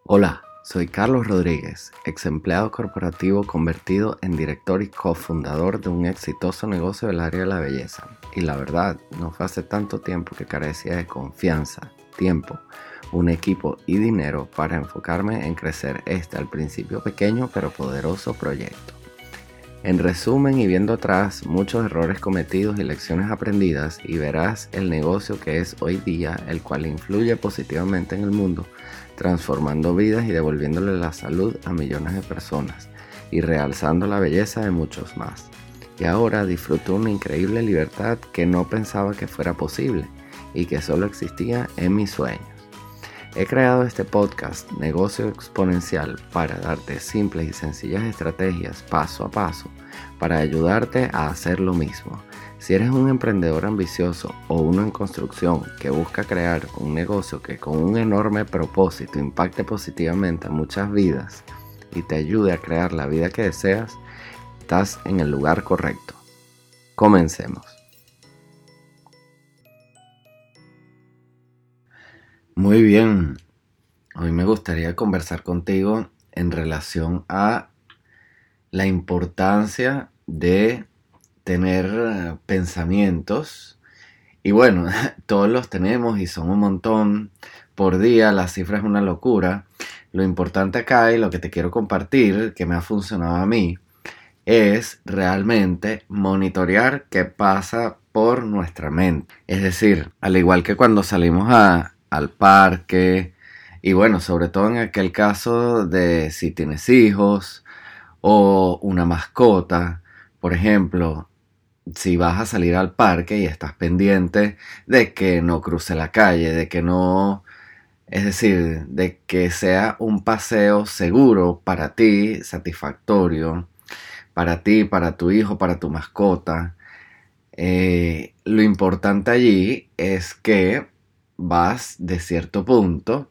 Hola, soy Carlos Rodríguez, ex empleado corporativo convertido en director y cofundador de un exitoso negocio del área de la belleza. Y la verdad, no fue hace tanto tiempo que carecía de confianza, tiempo, un equipo y dinero para enfocarme en crecer este al principio pequeño pero poderoso proyecto. En resumen y viendo atrás muchos errores cometidos y lecciones aprendidas, y verás el negocio que es hoy día, el cual influye positivamente en el mundo, transformando vidas y devolviéndole la salud a millones de personas y realzando la belleza de muchos más. Y ahora disfruto una increíble libertad que no pensaba que fuera posible y que solo existía en mis sueños. He creado este podcast Negocio Exponencial para darte simples y sencillas estrategias paso a paso para ayudarte a hacer lo mismo. Si eres un emprendedor ambicioso o uno en construcción que busca crear un negocio que con un enorme propósito impacte positivamente a muchas vidas y te ayude a crear la vida que deseas, estás en el lugar correcto. Comencemos. Muy bien, hoy me gustaría conversar contigo en relación a la importancia de tener pensamientos. Y bueno, todos los tenemos y son un montón por día, la cifra es una locura. Lo importante acá y lo que te quiero compartir, que me ha funcionado a mí, es realmente monitorear qué pasa por nuestra mente. Es decir, al igual que cuando salimos al parque, y bueno, sobre todo en aquel caso de si tienes hijos o una mascota, por ejemplo, si vas a salir al parque y estás pendiente de que no cruce la calle, de que no, es decir, de que sea un paseo seguro para ti, satisfactorio, para ti, para tu hijo, para tu mascota. Lo importante allí es que vas de cierto punto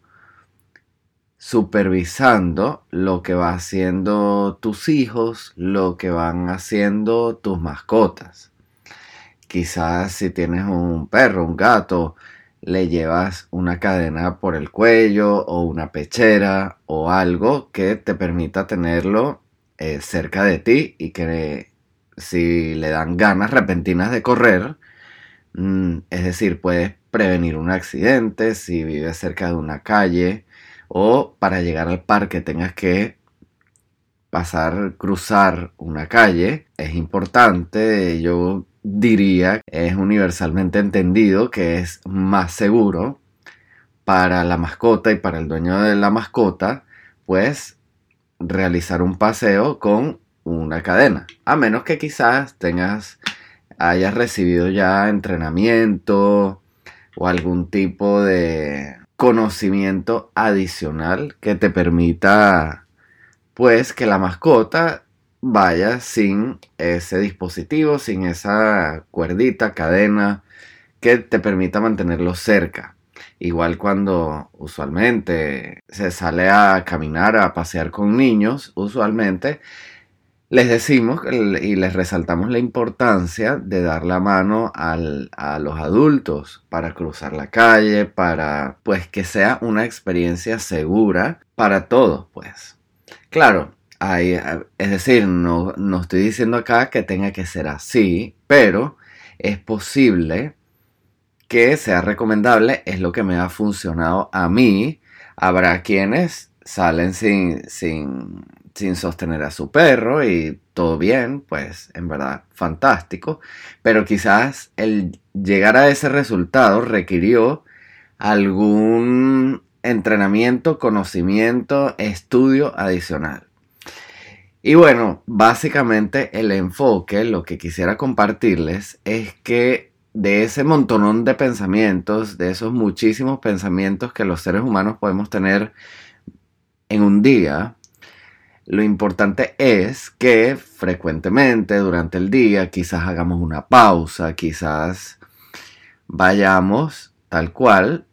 supervisando lo que va haciendo tus hijos, lo que van haciendo tus mascotas. Quizás si tienes un perro, un gato, le llevas una cadena por el cuello o una pechera o algo que te permita tenerlo cerca de ti y que si le dan ganas repentinas de correr, es decir, puedes prevenir un accidente si vives cerca de una calle o para llegar al parque tengas que cruzar una calle. Es importante, yo diría, es universalmente entendido que es más seguro para la mascota y para el dueño de la mascota, pues realizar un paseo con una cadena. A menos que quizás hayas recibido ya entrenamiento o algún tipo de conocimiento adicional que te permita pues que la mascota vaya sin ese dispositivo, sin esa cuerdita, cadena que te permita mantenerlo cerca. Igual cuando usualmente se sale a caminar, a pasear con niños, usualmente les decimos y les resaltamos la importancia de dar la mano a los adultos para cruzar la calle, para pues que sea una experiencia segura para todos, pues. Claro, es decir, no estoy diciendo acá que tenga que ser así, pero es posible que sea recomendable, es lo que me ha funcionado a mí. Habrá quienes salen sin sostener a su perro y todo bien, pues en verdad fantástico, pero quizás el llegar a ese resultado requirió algún entrenamiento, conocimiento, estudio adicional. Y bueno, básicamente el enfoque, lo que quisiera compartirles es que de ese montonón de pensamientos, de esos muchísimos pensamientos que los seres humanos podemos tener en un día, lo importante es que frecuentemente durante el día quizás hagamos una pausa, quizás vayamos tal cual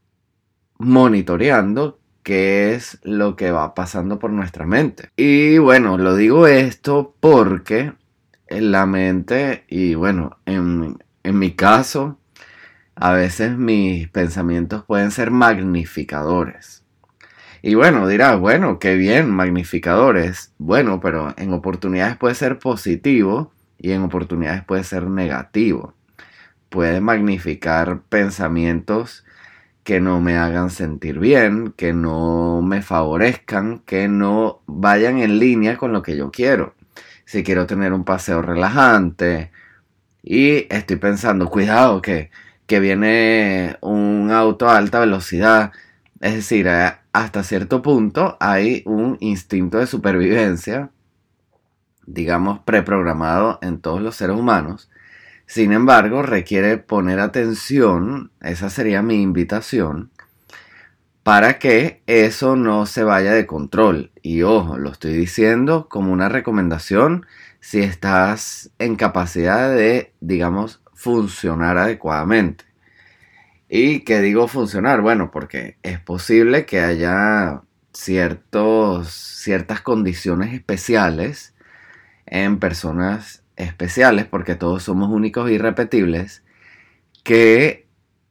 monitoreando qué es lo que va pasando por nuestra mente. Y bueno, lo digo esto porque en la mente, y bueno, en mi caso, a veces mis pensamientos pueden ser magnificadores. Y bueno, dirás, bueno, qué bien, magnificadores. Bueno, pero en oportunidades puede ser positivo y en oportunidades puede ser negativo. Puede magnificar pensamientos que no me hagan sentir bien, que no me favorezcan, que no vayan en línea con lo que yo quiero. Si quiero tener un paseo relajante y estoy pensando, cuidado, que viene un auto a alta velocidad. Es decir, hasta cierto punto hay un instinto de supervivencia, digamos, preprogramado en todos los seres humanos. Sin embargo, requiere poner atención, esa sería mi invitación, para que eso no se vaya de control. Y ojo, lo estoy diciendo como una recomendación si estás en capacidad de, digamos, funcionar adecuadamente. ¿Y qué digo funcionar? Bueno, porque es posible que haya ciertas condiciones especiales en personas especiales, porque todos somos únicos e irrepetibles, que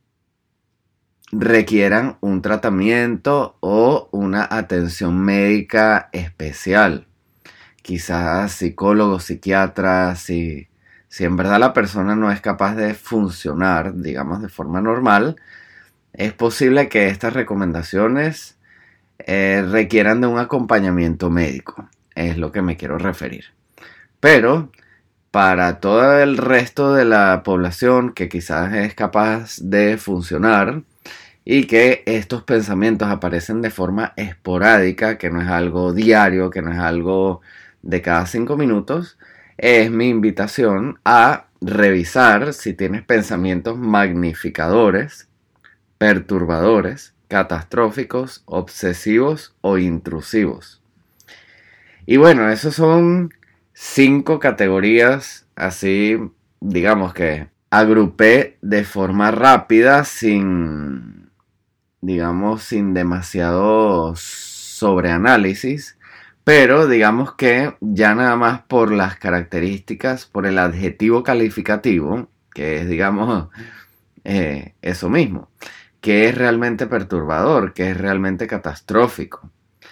requieran un tratamiento o una atención médica especial. Quizás psicólogos, psiquiatras, si en verdad la persona no es capaz de funcionar, digamos, de forma normal, es posible que estas recomendaciones requieran de un acompañamiento médico. Es lo que me quiero referir. Pero para todo el resto de la población que quizás es capaz de funcionar y que estos pensamientos aparecen de forma esporádica, que no es algo diario, que no es algo de cada 5 minutos, es mi invitación a revisar si tienes pensamientos magnificadores, perturbadores, catastróficos, obsesivos o intrusivos. Y bueno, esos son 5 categorías, así, digamos que agrupé de forma rápida, sin demasiado sobreanálisis, pero digamos que ya nada más por las características, por el adjetivo calificativo, que es, digamos, eso mismo, que es realmente perturbador, que es realmente catastrófico.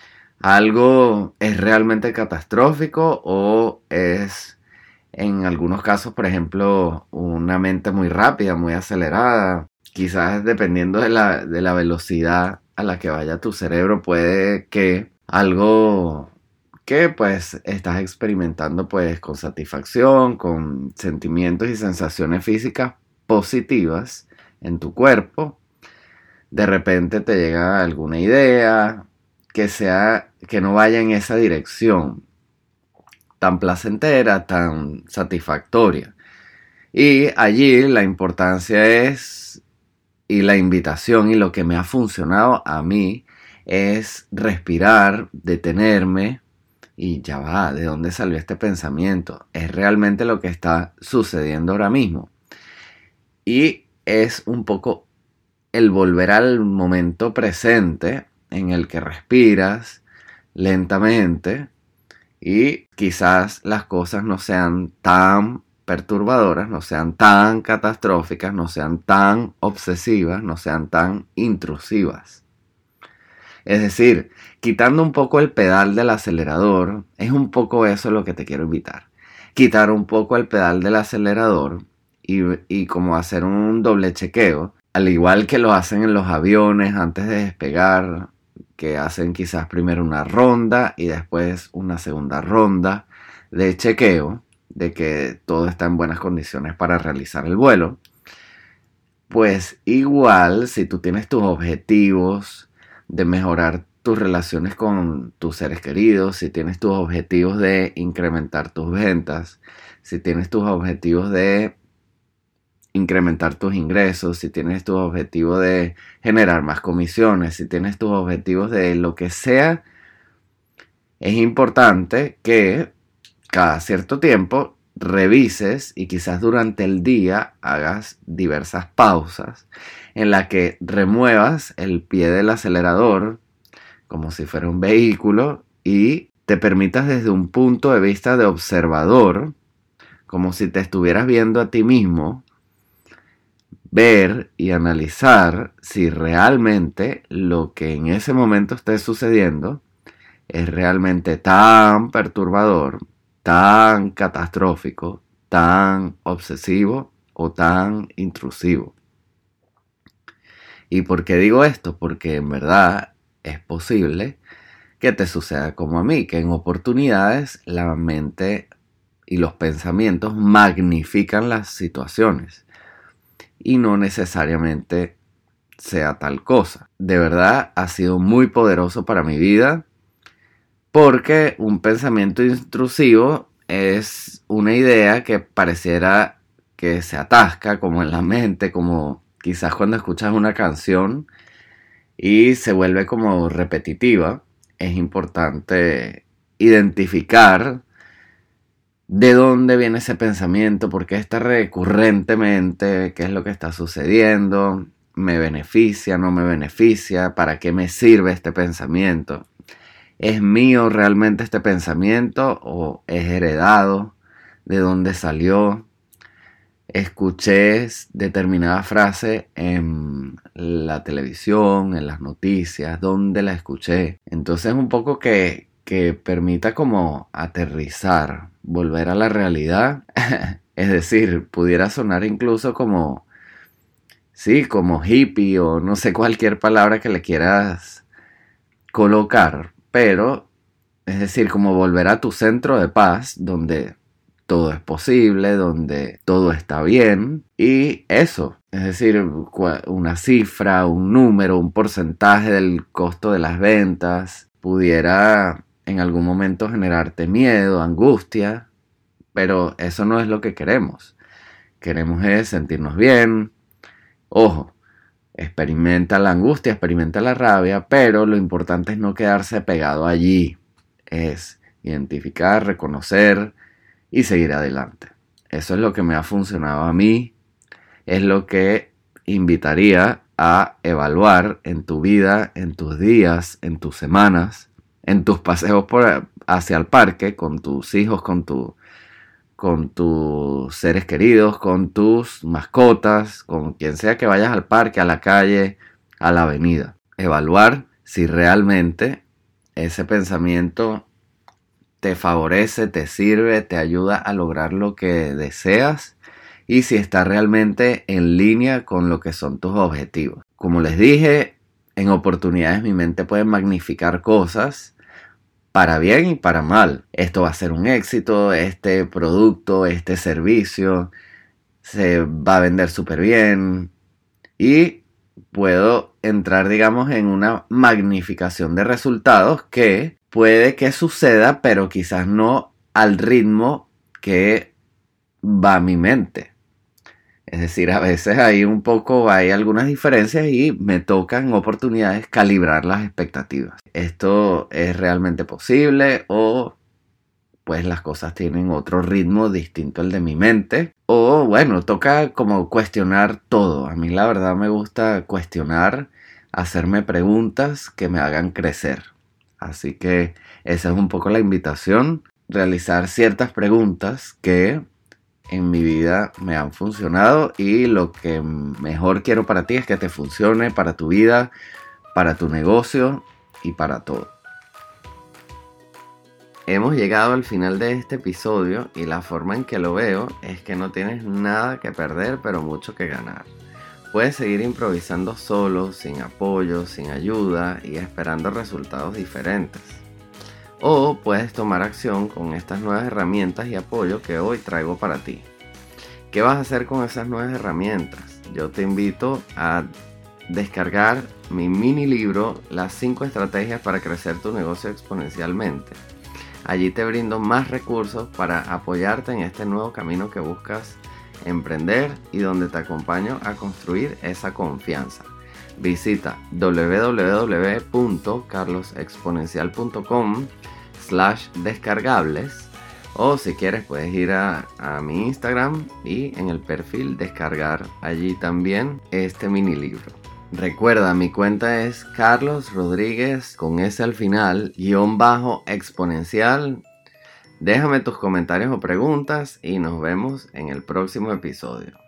¿Algo es realmente catastrófico o es, en algunos casos, por ejemplo, una mente muy rápida, muy acelerada? Quizás dependiendo de la velocidad a la que vaya tu cerebro, puede que algo que pues estás experimentando pues con satisfacción, con sentimientos y sensaciones físicas positivas en tu cuerpo, de repente te llega alguna idea que no vaya en esa dirección tan placentera, tan satisfactoria. Y allí la importancia es, y la invitación y lo que me ha funcionado a mí es respirar, detenerme y ya va, ¿de dónde salió este pensamiento? ¿Es realmente lo que está sucediendo ahora mismo? Y es un poco el volver al momento presente en el que respiras lentamente y quizás las cosas no sean tan perturbadoras, no sean tan catastróficas, no sean tan obsesivas, no sean tan intrusivas. Es decir, quitando un poco el pedal del acelerador, es un poco eso lo que te quiero invitar. Quitar un poco el pedal del acelerador y como hacer un doble chequeo, al igual que lo hacen en los aviones antes de despegar, que hacen quizás primero una ronda y después una segunda ronda de chequeo de que todo está en buenas condiciones para realizar el vuelo. Pues igual, si tú tienes tus objetivos de mejorar tus relaciones con tus seres queridos, si tienes tus objetivos de incrementar tus ventas, si tienes tus objetivos de incrementar tus ingresos, si tienes tus objetivos de generar más comisiones, si tienes tus objetivos de lo que sea, es importante que cada cierto tiempo revises y quizás durante el día hagas diversas pausas en las que remuevas el pie del acelerador como si fuera un vehículo y te permitas desde un punto de vista de observador, como si te estuvieras viendo a ti mismo, ver y analizar si realmente lo que en ese momento esté sucediendo es realmente tan perturbador, tan catastrófico, tan obsesivo o tan intrusivo. ¿Y por qué digo esto? Porque en verdad es posible que te suceda como a mí, que en oportunidades la mente y los pensamientos magnifican las situaciones y no necesariamente sea tal cosa. De verdad ha sido muy poderoso para mi vida porque un pensamiento intrusivo es una idea que pareciera que se atasca como en la mente, como quizás cuando escuchas una canción y se vuelve como repetitiva. Es importante identificar de dónde viene ese pensamiento, por qué está recurrentemente, qué es lo que está sucediendo, me beneficia, no me beneficia, para qué me sirve este pensamiento. ¿Es mío realmente este pensamiento o es heredado? ¿De dónde salió? Escuché determinada frase en la televisión, en las noticias, ¿dónde la escuché? Entonces un poco que permita como aterrizar, volver a la realidad. Es decir, pudiera sonar incluso como, sí, como hippie o no sé cualquier palabra que le quieras colocar, pero es decir, como volver a tu centro de paz, donde todo es posible, donde todo está bien y eso, es decir, una cifra, un número, un porcentaje del costo de las ventas pudiera en algún momento generarte miedo, angustia, pero eso no es lo que queremos. Queremos es sentirnos bien. Ojo, experimenta la angustia, experimenta la rabia, pero lo importante es no quedarse pegado allí. Es identificar, reconocer y seguir adelante. Eso es lo que me ha funcionado a mí. Es lo que invitaría a evaluar en tu vida, en tus días, en tus semanas, en tus paseos hacia el parque, con tus hijos, con tus seres queridos, con tus mascotas, con quien sea que vayas al parque, a la calle, a la avenida. Evaluar si realmente ese pensamiento te favorece, te sirve, te ayuda a lograr lo que deseas y si está realmente en línea con lo que son tus objetivos. Como les dije, en oportunidades mi mente puede magnificar cosas para bien y para mal. Esto va a ser un éxito, este producto, este servicio se va a vender súper bien y puedo entrar, digamos, en una magnificación de resultados que puede que suceda, pero quizás no al ritmo que va mi mente. Es decir, a veces hay algunas diferencias y me tocan oportunidades calibrar las expectativas. ¿Esto es realmente posible o pues las cosas tienen otro ritmo distinto al de mi mente? O bueno, toca como cuestionar todo. A mí la verdad me gusta cuestionar, hacerme preguntas que me hagan crecer. Así que esa es un poco la invitación, realizar ciertas preguntas que en mi vida me han funcionado y lo que mejor quiero para ti es que te funcione para tu vida, para tu negocio y para todo. Hemos llegado al final de este episodio y la forma en que lo veo es que no tienes nada que perder pero mucho que ganar. Puedes seguir improvisando solo, sin apoyo, sin ayuda y esperando resultados diferentes. O puedes tomar acción con estas nuevas herramientas y apoyo que hoy traigo para ti. ¿Qué vas a hacer con esas nuevas herramientas? Yo te invito a descargar mi mini libro, Las 5 estrategias para crecer tu negocio exponencialmente. Allí te brindo más recursos para apoyarte en este nuevo camino que buscas emprender y donde te acompaño a construir esa confianza. Visita www.carlosexponencial.com/descargables o si quieres puedes ir a mi Instagram y en el perfil descargar allí también este mini libro. Recuerda, mi cuenta es Carlos Rodríguez con S al final _exponencial. Déjame tus comentarios o preguntas y nos vemos en el próximo episodio.